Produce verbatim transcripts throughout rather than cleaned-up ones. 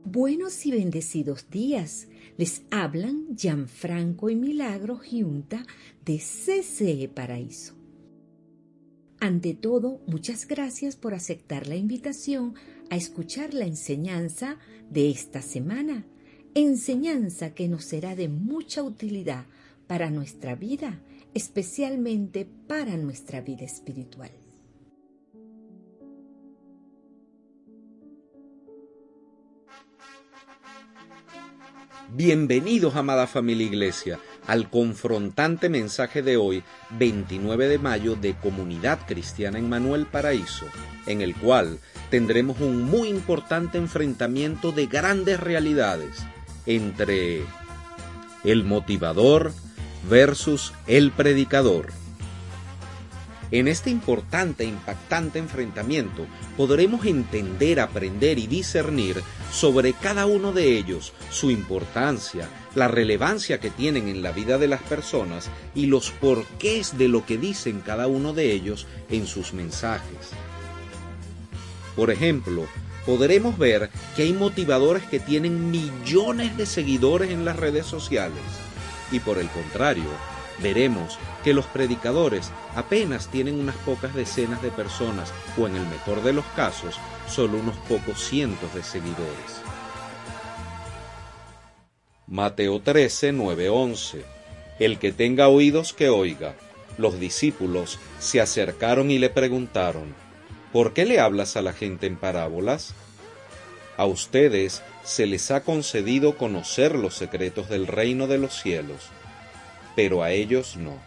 Buenos y bendecidos días. Les hablan Gianfranco y Milagro Giunta de C C E Paraíso. Ante todo, muchas gracias por aceptar la invitación a escuchar la enseñanza de esta semana. Enseñanza que nos será de mucha utilidad para nuestra vida, especialmente para nuestra vida espiritual. Bienvenidos, amada familia Iglesia, al confrontante mensaje de hoy, veintinueve de mayo, de Comunidad Cristiana Emmanuel Paraíso, en el cual tendremos un muy importante enfrentamiento de grandes realidades entre el motivador versus el predicador. En este importante e impactante enfrentamiento podremos entender, aprender y discernir sobre cada uno de ellos, su importancia, la relevancia que tienen en la vida de las personas y los porqués de lo que dicen cada uno de ellos en sus mensajes. Por ejemplo, podremos ver que hay motivadores que tienen millones de seguidores en las redes sociales y, por el contrario, veremos que los predicadores apenas tienen unas pocas decenas de personas o, en el mejor de los casos, solo unos pocos cientos de seguidores. Mateo trece, nueve, once. El que tenga oídos que oiga. Los discípulos se acercaron y le preguntaron: ¿por qué le hablas a la gente en parábolas? A ustedes se les ha concedido conocer los secretos del reino de los cielos, pero a ellos no.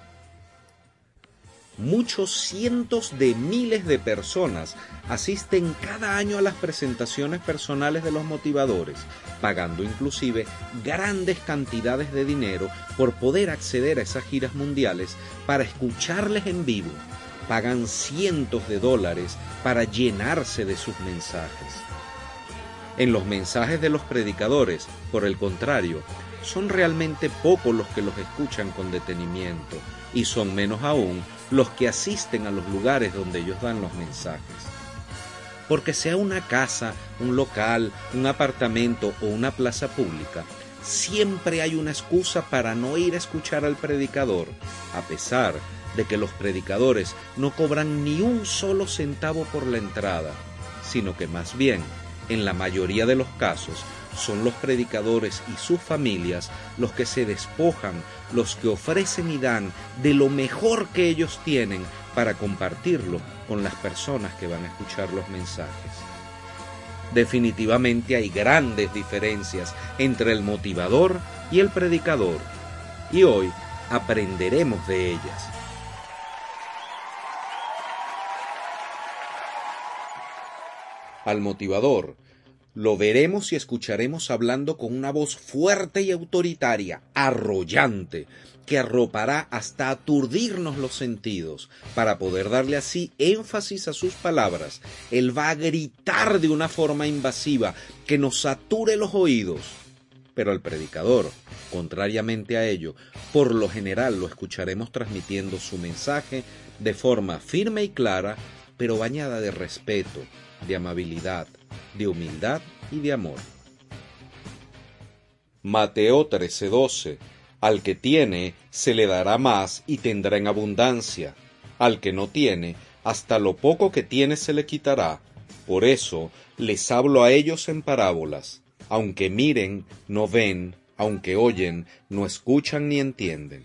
Muchos cientos de miles de personas asisten cada año a las presentaciones personales de los motivadores, pagando inclusive grandes cantidades de dinero por poder acceder a esas giras mundiales para escucharles en vivo. Pagan cientos de dólares para llenarse de sus mensajes. En los mensajes de los predicadores, por el contrario, son realmente pocos los que los escuchan con detenimiento, y son menos aún los que asisten a los lugares donde ellos dan los mensajes. Porque sea una casa, un local, un apartamento o una plaza pública, siempre hay una excusa para no ir a escuchar al predicador, a pesar de que los predicadores no cobran ni un solo centavo por la entrada, sino que más bien, en la mayoría de los casos, son los predicadores y sus familias los que se despojan, los que ofrecen y dan de lo mejor que ellos tienen para compartirlo con las personas que van a escuchar los mensajes. Definitivamente hay grandes diferencias entre el motivador y el predicador, y hoy aprenderemos de ellas. Al motivador lo veremos y escucharemos hablando con una voz fuerte y autoritaria, arrollante, que arropará hasta aturdirnos los sentidos. Para poder darle así énfasis a sus palabras, él va a gritar de una forma invasiva que nos sature los oídos. Pero el predicador, contrariamente a ello, por lo general lo escucharemos transmitiendo su mensaje de forma firme y clara, pero bañada de respeto, de amabilidad, de humildad y de amor. Mateo trece, doce. Al que tiene, se le dará más y tendrá en abundancia. Al que no tiene, hasta lo poco que tiene se le quitará. Por eso les hablo a ellos en parábolas. Aunque miren, no ven, aunque oyen, no escuchan ni entienden.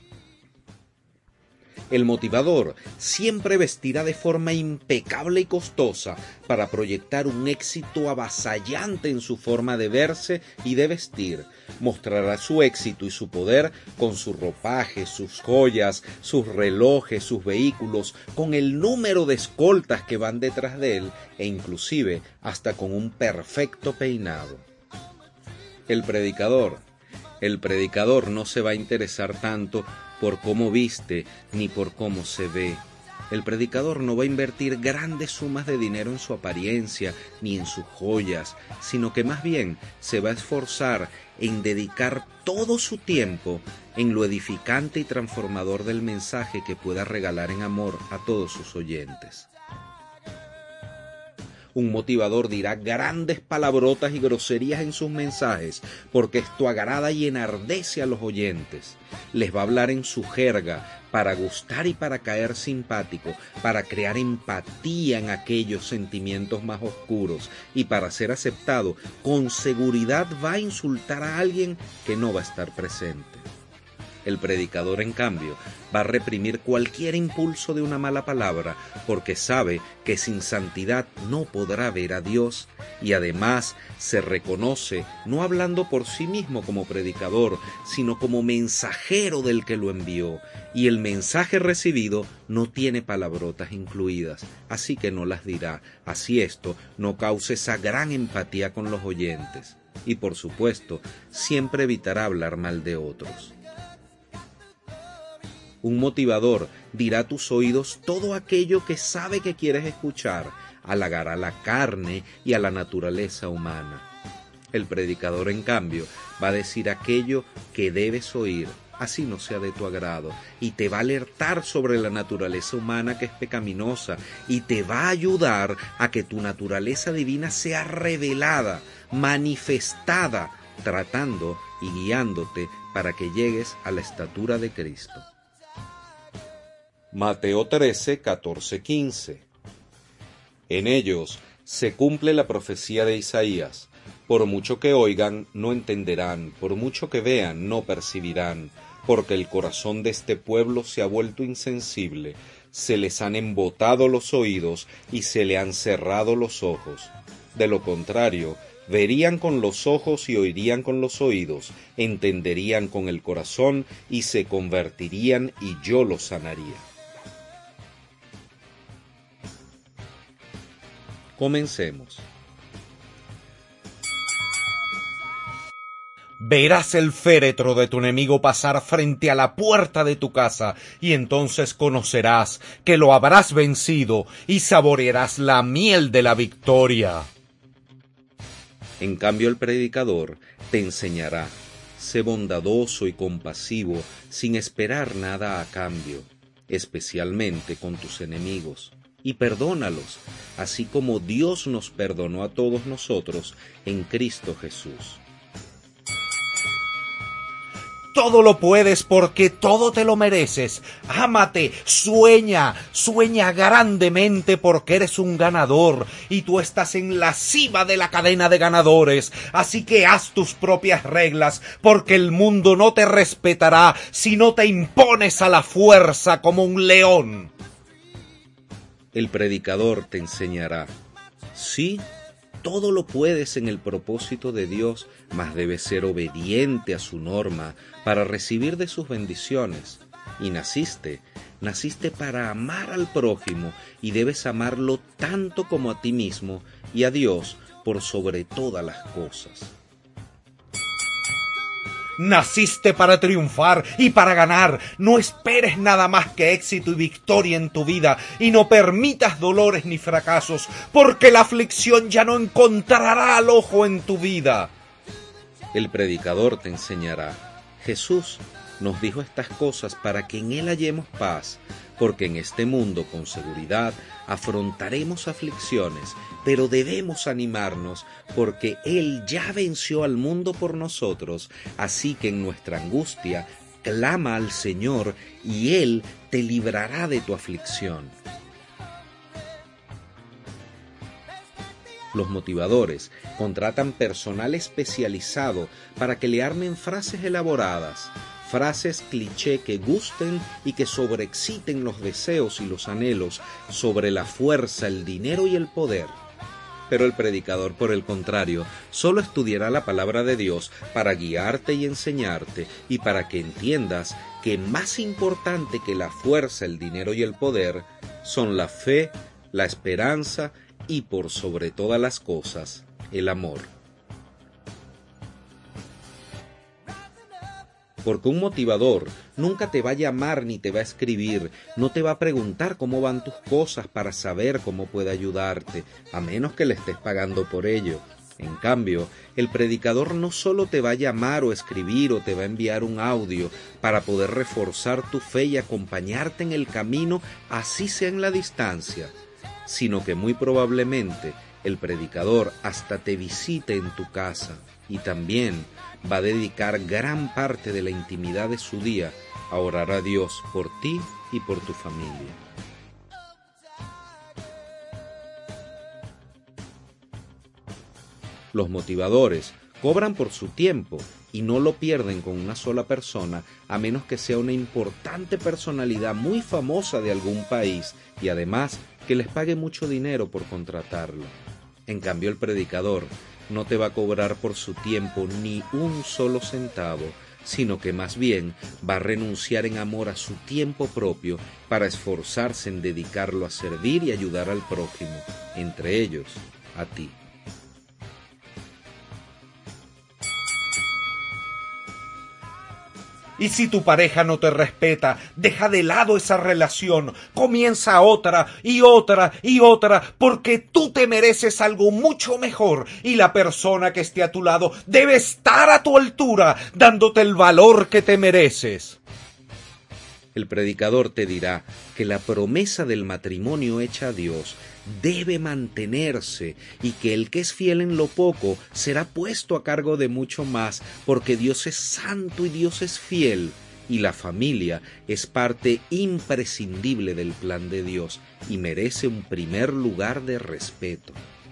El motivador siempre vestirá de forma impecable y costosa para proyectar un éxito avasallante en su forma de verse y de vestir. Mostrará su éxito y su poder con su ropaje, sus joyas, sus relojes, sus vehículos, con el número de escoltas que van detrás de él e inclusive hasta con un perfecto peinado. El predicador. El predicador no se va a interesar tanto por cómo viste ni por cómo se ve. El predicador no va a invertir grandes sumas de dinero en su apariencia ni en sus joyas, sino que más bien se va a esforzar en dedicar todo su tiempo en lo edificante y transformador del mensaje que pueda regalar en amor a todos sus oyentes. Un motivador dirá grandes palabrotas y groserías en sus mensajes, porque esto agrada y enardece a los oyentes. Les va a hablar en su jerga, para gustar y para caer simpático, para crear empatía en aquellos sentimientos más oscuros, y para ser aceptado, con seguridad va a insultar a alguien que no va a estar presente. El predicador, en cambio, va a reprimir cualquier impulso de una mala palabra, porque sabe que sin santidad no podrá ver a Dios, y además se reconoce no hablando por sí mismo como predicador, sino como mensajero del que lo envió, y el mensaje recibido no tiene palabrotas incluidas, así que no las dirá, así esto no cause esa gran empatía con los oyentes, y por supuesto, siempre evitará hablar mal de otros. Un motivador dirá a tus oídos todo aquello que sabe que quieres escuchar, halagará a la carne y a la naturaleza humana. El predicador, en cambio, va a decir aquello que debes oír, así no sea de tu agrado, y te va a alertar sobre la naturaleza humana que es pecaminosa, y te va a ayudar a que tu naturaleza divina sea revelada, manifestada, tratando y guiándote para que llegues a la estatura de Cristo. Mateo trece, catorce, quince. En ellos se cumple la profecía de Isaías. Por mucho que oigan, no entenderán, por mucho que vean, no percibirán, porque el corazón de este pueblo se ha vuelto insensible, se les han embotado los oídos y se le han cerrado los ojos. De lo contrario, verían con los ojos y oirían con los oídos, entenderían con el corazón y se convertirían y yo los sanaría. Comencemos. Verás el féretro de tu enemigo pasar frente a la puerta de tu casa, y entonces conocerás que lo habrás vencido y saborearás la miel de la victoria. En cambio, el predicador te enseñará: sé bondadoso y compasivo sin esperar nada a cambio, especialmente con tus enemigos, y perdónalos, así como Dios nos perdonó a todos nosotros en Cristo Jesús. Todo lo puedes porque todo te lo mereces. Ámate, sueña, sueña grandemente porque eres un ganador y tú estás en la cima de la cadena de ganadores. Así que haz tus propias reglas porque el mundo no te respetará si no te impones a la fuerza como un león. El predicador te enseñará: sí, todo lo puedes en el propósito de Dios, mas debes ser obediente a su norma para recibir de sus bendiciones. Y naciste, naciste para amar al prójimo y debes amarlo tanto como a ti mismo y a Dios por sobre todas las cosas. Naciste para triunfar y para ganar. No esperes nada más que éxito y victoria en tu vida y no permitas dolores ni fracasos, porque la aflicción ya no encontrará alojo en tu vida. El predicador te enseñará: Jesús nos dijo estas cosas para que en Él hallemos paz, porque en este mundo con seguridad afrontaremos aflicciones, pero debemos animarnos porque Él ya venció al mundo por nosotros, así que en nuestra angustia clama al Señor y Él te librará de tu aflicción. Los motivadores contratan personal especializado para que le armen frases elaboradas, frases cliché que gusten y que sobreexciten los deseos y los anhelos sobre la fuerza, el dinero y el poder. Pero el predicador, por el contrario, solo estudiará la palabra de Dios para guiarte y enseñarte y para que entiendas que más importante que la fuerza, el dinero y el poder son la fe, la esperanza y por sobre todas las cosas, el amor. Porque un motivador nunca te va a llamar ni te va a escribir, no te va a preguntar cómo van tus cosas para saber cómo puede ayudarte, a menos que le estés pagando por ello. En cambio, el predicador no solo te va a llamar o escribir o te va a enviar un audio para poder reforzar tu fe y acompañarte en el camino, así sea en la distancia, sino que muy probablemente el predicador hasta te visite en tu casa y también va a dedicar gran parte de la intimidad de su día a orar a Dios por ti y por tu familia. Los motivadores cobran por su tiempo y no lo pierden con una sola persona, a menos que sea una importante personalidad muy famosa de algún país y además que les pague mucho dinero por contratarlo. En cambio, el predicador no te va a cobrar por su tiempo ni un solo centavo, sino que más bien va a renunciar en amor a su tiempo propio para esforzarse en dedicarlo a servir y ayudar al prójimo, entre ellos a ti. Y si tu pareja no te respeta, deja de lado esa relación, comienza otra y otra y otra, porque tú te mereces algo mucho mejor y la persona que esté a tu lado debe estar a tu altura, dándote el valor que te mereces. El predicador te dirá que la promesa del matrimonio hecha a Dios debe mantenerse y que el que es fiel en lo poco será puesto a cargo de mucho más, porque Dios es santo y Dios es fiel, y la familia es parte imprescindible del plan de Dios y merece un primer lugar de respeto.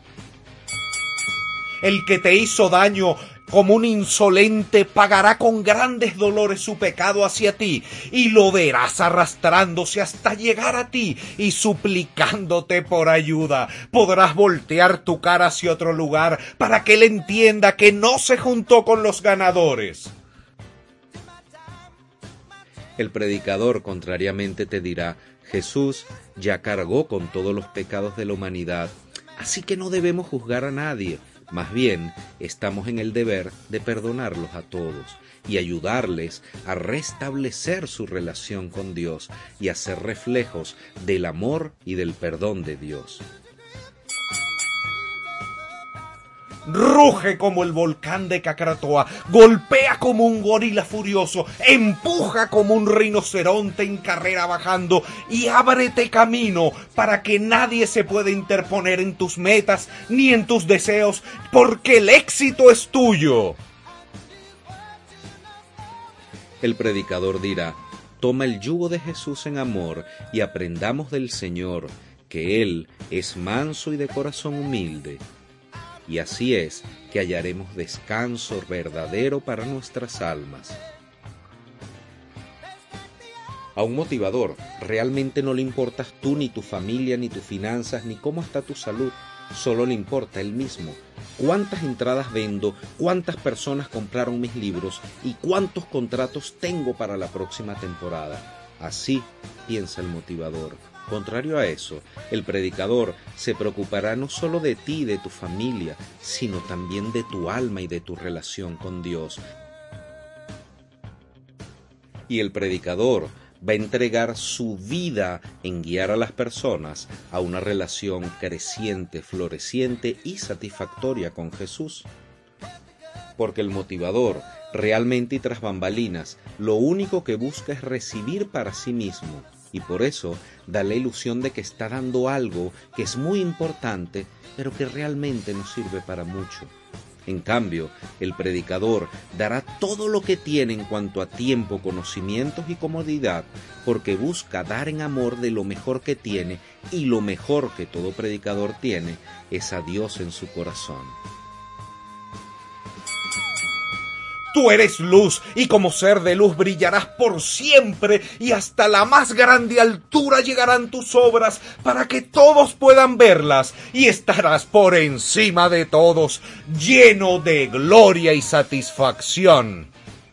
El que te hizo daño como un insolente pagará con grandes dolores su pecado hacia ti y lo verás arrastrándose hasta llegar a ti y suplicándote por ayuda. Podrás voltear tu cara hacia otro lugar para que él entienda que no se juntó con los ganadores. El predicador contrariamente te dirá: Jesús ya cargó con todos los pecados de la humanidad, así que no debemos juzgar a nadie. Más bien, estamos en el deber de perdonarlos a todos y ayudarles a restablecer su relación con Dios y a ser reflejos del amor y del perdón de Dios. Ruge como el volcán de Krakatoa, golpea como un gorila furioso, empuja como un rinoceronte en carrera bajando y ábrete camino para que nadie se pueda interponer en tus metas ni en tus deseos, porque el éxito es tuyo. El predicador dirá: toma el yugo de Jesús en amor y aprendamos del Señor, que Él es manso y de corazón humilde. Y así es que hallaremos descanso verdadero para nuestras almas. A un motivador realmente no le importas tú, ni tu familia, ni tus finanzas, ni cómo está tu salud. Solo le importa él mismo. Cuántas entradas vendo, cuántas personas compraron mis libros y cuántos contratos tengo para la próxima temporada. Así piensa el motivador. Contrario a eso, el predicador se preocupará no solo de ti y de tu familia, sino también de tu alma y de tu relación con Dios. Y el predicador va a entregar su vida en guiar a las personas a una relación creciente, floreciente y satisfactoria con Jesús. Porque el motivador, realmente y tras bambalinas, lo único que busca es recibir para sí mismo. Y por eso da la ilusión de que está dando algo que es muy importante, pero que realmente no sirve para mucho. En cambio, el predicador dará todo lo que tiene en cuanto a tiempo, conocimientos y comodidad, porque busca dar en amor de lo mejor que tiene, y lo mejor que todo predicador tiene es a Dios en su corazón. Tú eres luz, y como ser de luz brillarás por siempre, y hasta la más grande altura llegarán tus obras, para que todos puedan verlas, y estarás por encima de todos, lleno de gloria y satisfacción.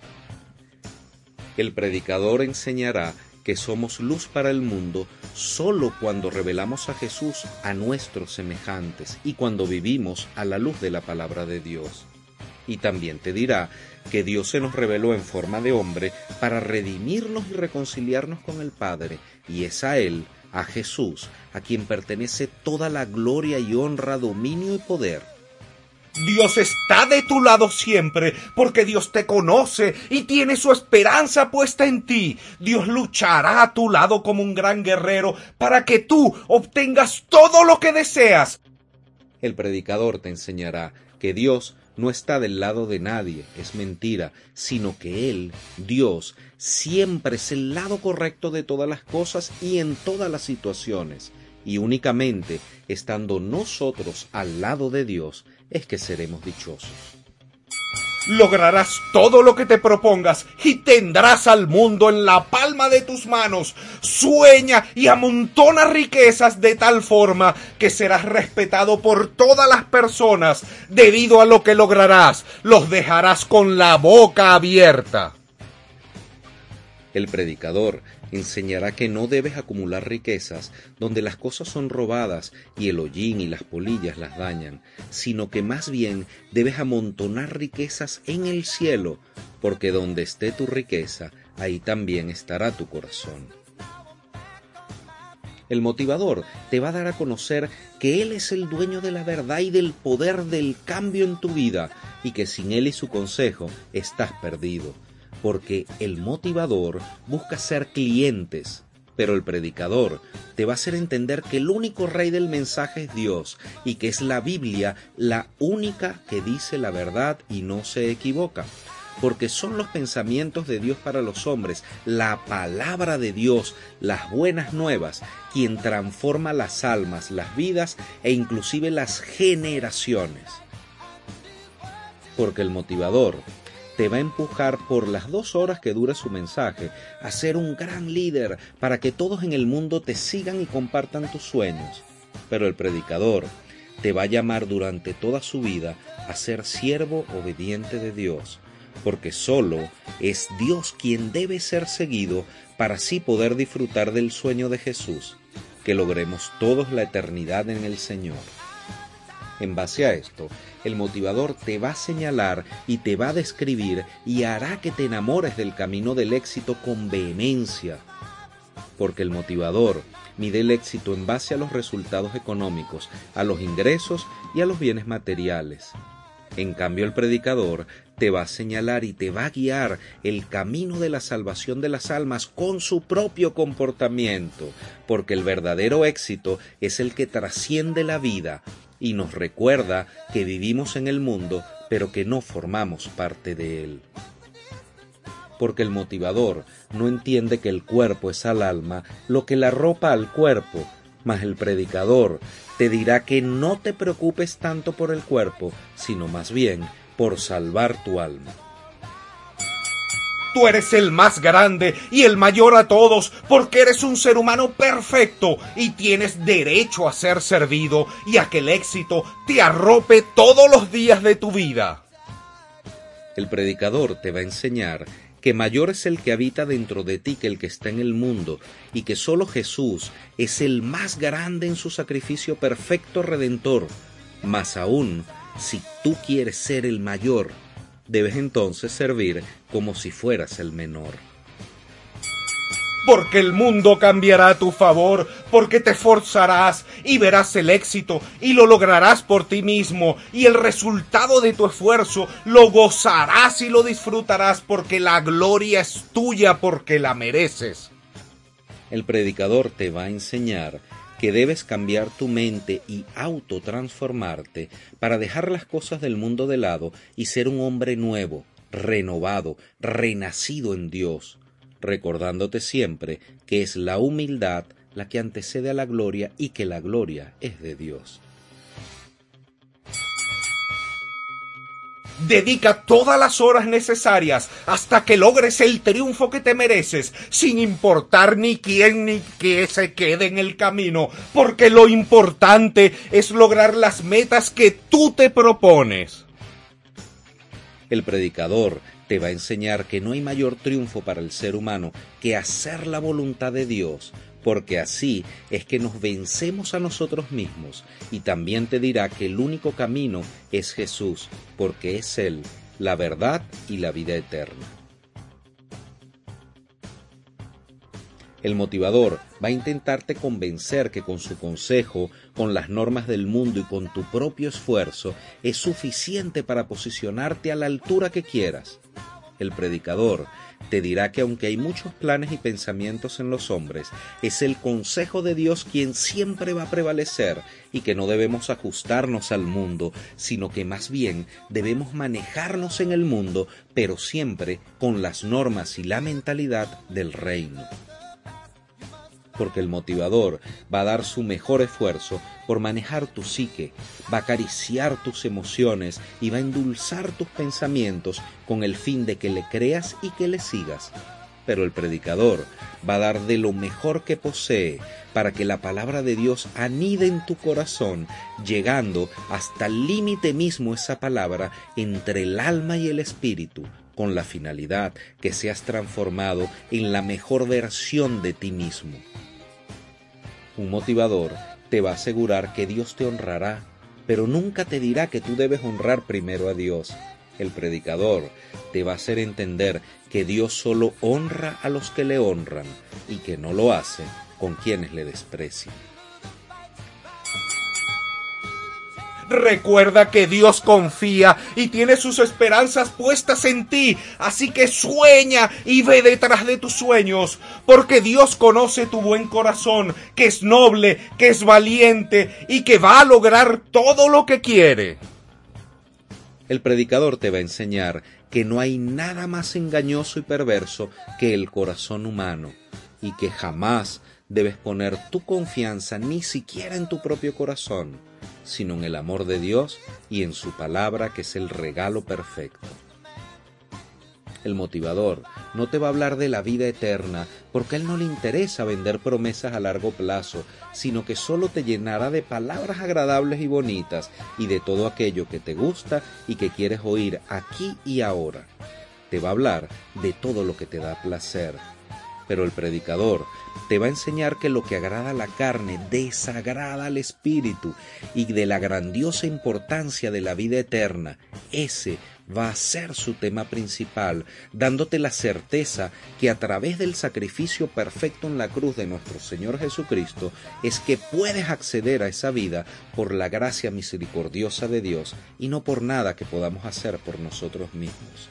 El predicador enseñará que somos luz para el mundo solo cuando revelamos a Jesús a nuestros semejantes y cuando vivimos a la luz de la palabra de Dios. Y también te dirá que Dios se nos reveló en forma de hombre para redimirnos y reconciliarnos con el Padre, y es a Él, a Jesús, a quien pertenece toda la gloria y honra, dominio y poder. Dios está de tu lado siempre, porque Dios te conoce y tiene su esperanza puesta en ti. Dios luchará a tu lado como un gran guerrero para que tú obtengas todo lo que deseas. El predicador te enseñará que Dios no está del lado de nadie, es mentira, sino que Él, Dios, siempre es el lado correcto de todas las cosas y en todas las situaciones. Y únicamente estando nosotros al lado de Dios es que seremos dichosos. Lograrás todo lo que te propongas y tendrás al mundo en la palma de tus manos. Sueña y amontona riquezas de tal forma que serás respetado por todas las personas. Debido a lo que lograrás, los dejarás con la boca abierta. El predicador enseñará que no debes acumular riquezas donde las cosas son robadas y el hollín y las polillas las dañan, sino que más bien debes amontonar riquezas en el cielo, porque donde esté tu riqueza, ahí también estará tu corazón. El motivador te va a dar a conocer que Él es el dueño de la verdad y del poder del cambio en tu vida, y que sin Él y su consejo estás perdido. Porque el motivador busca ser clientes, pero el predicador te va a hacer entender que el único rey del mensaje es Dios y que es la Biblia la única que dice la verdad y no se equivoca. Porque son los pensamientos de Dios para los hombres, la palabra de Dios, las buenas nuevas, quien transforma las almas, las vidas e inclusive las generaciones. Porque el motivador te va a empujar por las dos horas que dura su mensaje a ser un gran líder para que todos en el mundo te sigan y compartan tus sueños. Pero el predicador te va a llamar durante toda su vida a ser siervo obediente de Dios, porque solo es Dios quien debe ser seguido para así poder disfrutar del sueño de Jesús, que logremos todos la eternidad en el Señor. En base a esto, el motivador te va a señalar y te va a describir y hará que te enamores del camino del éxito con vehemencia. Porque el motivador mide el éxito en base a los resultados económicos, a los ingresos y a los bienes materiales. En cambio, el predicador te va a señalar y te va a guiar el camino de la salvación de las almas con su propio comportamiento, porque el verdadero éxito es el que trasciende la vida y nos recuerda que vivimos en el mundo, pero que no formamos parte de él. Porque el motivador no entiende que el cuerpo es al alma lo que la ropa al cuerpo, mas el predicador te dirá que no te preocupes tanto por el cuerpo, sino más bien por salvar tu alma. Tú eres el más grande y el mayor a todos, porque eres un ser humano perfecto y tienes derecho a ser servido y a que el éxito te arrope todos los días de tu vida. El predicador te va a enseñar que mayor es el que habita dentro de ti que el que está en el mundo, y que solo Jesús es el más grande en su sacrificio perfecto redentor. Más aún, si tú quieres ser el mayor, debes entonces servir como si fueras el menor. Porque el mundo cambiará a tu favor, porque te esforzarás y verás el éxito y lo lograrás por ti mismo, y el resultado de tu esfuerzo lo gozarás y lo disfrutarás, porque la gloria es tuya porque la mereces. El predicador te va a enseñar que debes cambiar tu mente y autotransformarte para dejar las cosas del mundo de lado y ser un hombre nuevo, renovado, renacido en Dios, recordándote siempre que es la humildad la que antecede a la gloria y que la gloria es de Dios. Dedica todas las horas necesarias hasta que logres el triunfo que te mereces, sin importar ni quién ni qué se quede en el camino, porque lo importante es lograr las metas que tú te propones. El predicador te va a enseñar que no hay mayor triunfo para el ser humano que hacer la voluntad de Dios, porque así es que nos vencemos a nosotros mismos, y también te dirá que el único camino es Jesús, porque es Él, la verdad y la vida eterna. El motivador va a intentarte convencer que con su consejo, con las normas del mundo y con tu propio esfuerzo, es suficiente para posicionarte a la altura que quieras. El predicador te dirá que aunque hay muchos planes y pensamientos en los hombres, es el consejo de Dios quien siempre va a prevalecer y que no debemos ajustarnos al mundo, sino que más bien debemos manejarnos en el mundo, pero siempre con las normas y la mentalidad del reino. Porque el motivador va a dar su mejor esfuerzo por manejar tu psique, va a acariciar tus emociones y va a endulzar tus pensamientos con el fin de que le creas y que le sigas. Pero el predicador va a dar de lo mejor que posee para que la palabra de Dios anide en tu corazón, llegando hasta el límite mismo esa palabra entre el alma y el espíritu, con la finalidad que seas transformado en la mejor versión de ti mismo. Un motivador te va a asegurar que Dios te honrará, pero nunca te dirá que tú debes honrar primero a Dios. El predicador te va a hacer entender que Dios solo honra a los que le honran y que no lo hace con quienes le desprecian. Recuerda que Dios confía y tiene sus esperanzas puestas en ti, así que sueña y ve detrás de tus sueños, porque Dios conoce tu buen corazón, que es noble, que es valiente y que va a lograr todo lo que quiere. El predicador te va a enseñar que no hay nada más engañoso y perverso que el corazón humano y que jamás debes poner tu confianza ni siquiera en tu propio corazón, sino en el amor de Dios y en su palabra, que es el regalo perfecto. El motivador no te va a hablar de la vida eterna porque a él no le interesa vender promesas a largo plazo, sino que solo te llenará de palabras agradables y bonitas y de todo aquello que te gusta y que quieres oír aquí y ahora. Te va a hablar de todo lo que te da placer. Pero el predicador te va a enseñar que lo que agrada a la carne desagrada al espíritu y de la grandiosa importancia de la vida eterna. Ese va a ser su tema principal, dándote la certeza que a través del sacrificio perfecto en la cruz de nuestro Señor Jesucristo es que puedes acceder a esa vida por la gracia misericordiosa de Dios y no por nada que podamos hacer por nosotros mismos.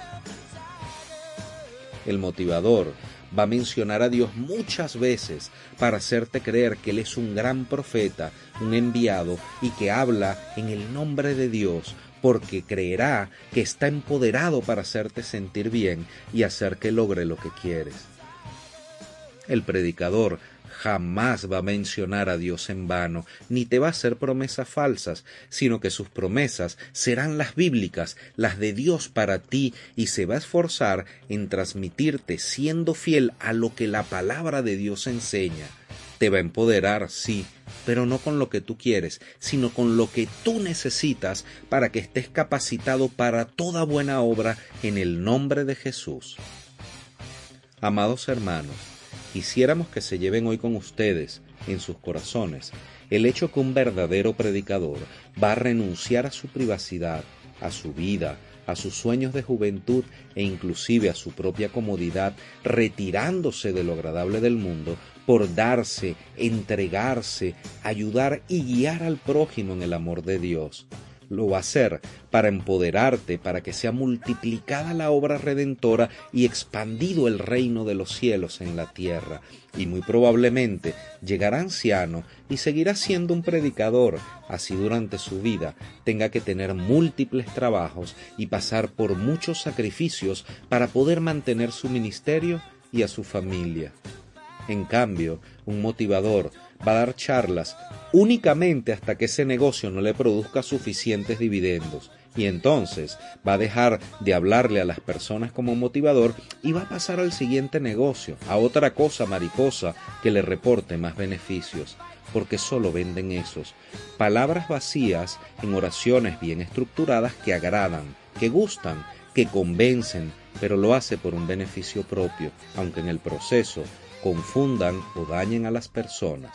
El motivador va a mencionar a Dios muchas veces para hacerte creer que Él es un gran profeta, un enviado y que habla en el nombre de Dios, porque creerá que está empoderado para hacerte sentir bien y hacer que logre lo que quieres. El predicador jamás va a mencionar a Dios en vano, ni te va a hacer promesas falsas, sino que sus promesas serán las bíblicas, las de Dios para ti, y se va a esforzar en transmitirte siendo fiel a lo que la palabra de Dios enseña. Te va a empoderar, sí, pero no con lo que tú quieres, sino con lo que tú necesitas para que estés capacitado para toda buena obra en el nombre de Jesús. Amados hermanos, quisiéramos que se lleven hoy con ustedes, en sus corazones, el hecho que un verdadero predicador va a renunciar a su privacidad, a su vida, a sus sueños de juventud e inclusive a su propia comodidad, retirándose de lo agradable del mundo por darse, entregarse, ayudar y guiar al prójimo en el amor de Dios. Lo va a hacer para empoderarte, para que sea multiplicada la obra redentora y expandido el reino de los cielos en la tierra. Y muy probablemente llegará anciano y seguirá siendo un predicador, así durante su vida tenga que tener múltiples trabajos y pasar por muchos sacrificios para poder mantener su ministerio y a su familia. En cambio, un motivador va a dar charlas únicamente hasta que ese negocio no le produzca suficientes dividendos, y entonces va a dejar de hablarle a las personas como motivador y va a pasar al siguiente negocio, a otra cosa mariposa que le reporte más beneficios, porque solo venden esos, palabras vacías en oraciones bien estructuradas que agradan, que gustan, que convencen, pero lo hace por un beneficio propio, aunque en el proceso confundan o dañen a las personas.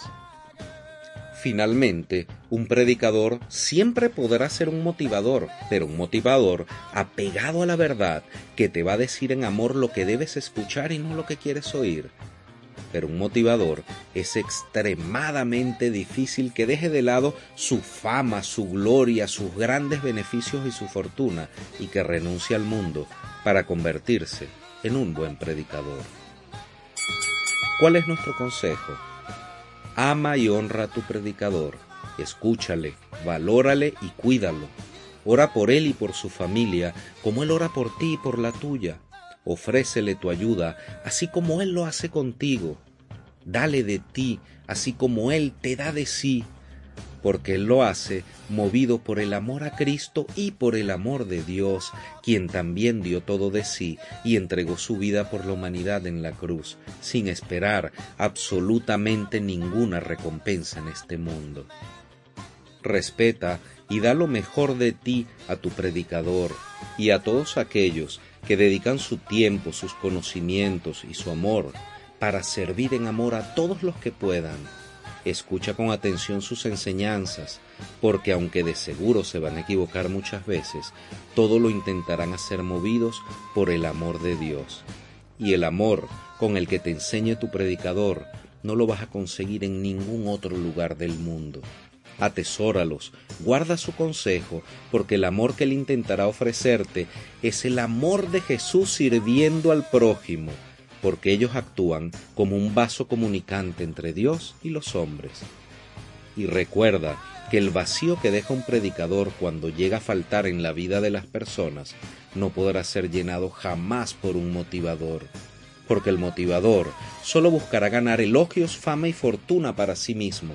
Finalmente, un predicador siempre podrá ser un motivador, pero un motivador apegado a la verdad, que te va a decir en amor lo que debes escuchar y no lo que quieres oír. pero un motivador es extremadamente difícil que deje de lado su fama, su gloria, sus grandes beneficios y su fortuna, y que renuncie al mundo para convertirse en un buen predicador. ¿Cuál es nuestro consejo? Ama y honra a tu predicador, escúchale, valórale y cuídalo. Ora por él y por su familia, como él ora por ti y por la tuya. Ofrécele tu ayuda, así como él lo hace contigo. Dale de ti, así como él te da de sí, porque él lo hace movido por el amor a Cristo y por el amor de Dios, quien también dio todo de sí y entregó su vida por la humanidad en la cruz, sin esperar absolutamente ninguna recompensa en este mundo. Respeta y da lo mejor de ti a tu predicador y a todos aquellos que dedican su tiempo, sus conocimientos y su amor para servir en amor a todos los que puedan. Escucha con atención sus enseñanzas, porque aunque de seguro se van a equivocar muchas veces, todo lo intentarán hacer movidos por el amor de Dios. Y el amor con el que te enseñe tu predicador no lo vas a conseguir en ningún otro lugar del mundo. Atesóralos, guarda su consejo, porque el amor que él intentará ofrecerte es el amor de Jesús sirviendo al prójimo, porque ellos actúan como un vaso comunicante entre Dios y los hombres. Y recuerda que el vacío que deja un predicador cuando llega a faltar en la vida de las personas no podrá ser llenado jamás por un motivador, porque el motivador solo buscará ganar elogios, fama y fortuna para sí mismo.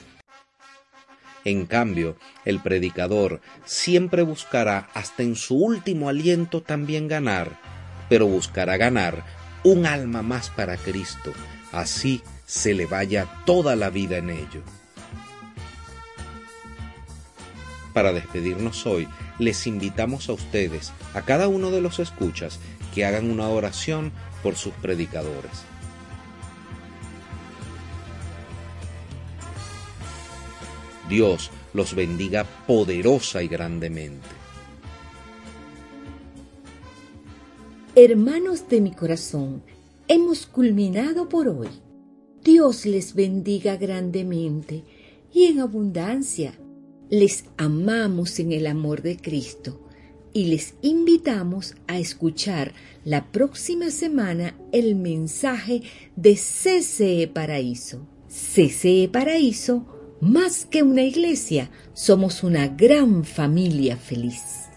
En cambio, el predicador siempre buscará hasta en su último aliento también ganar, pero buscará ganar un alma más para Cristo, así se le vaya toda la vida en ello. Para despedirnos hoy, les invitamos a ustedes, a cada uno de los escuchas, que hagan una oración por sus predicadores. Dios los bendiga poderosa y grandemente. Hermanos de mi corazón, hemos culminado por hoy. Dios les bendiga grandemente y en abundancia. Les amamos en el amor de Cristo y les invitamos a escuchar la próxima semana el mensaje de C C E Paraíso. C C E Paraíso, más que una iglesia, somos una gran familia feliz.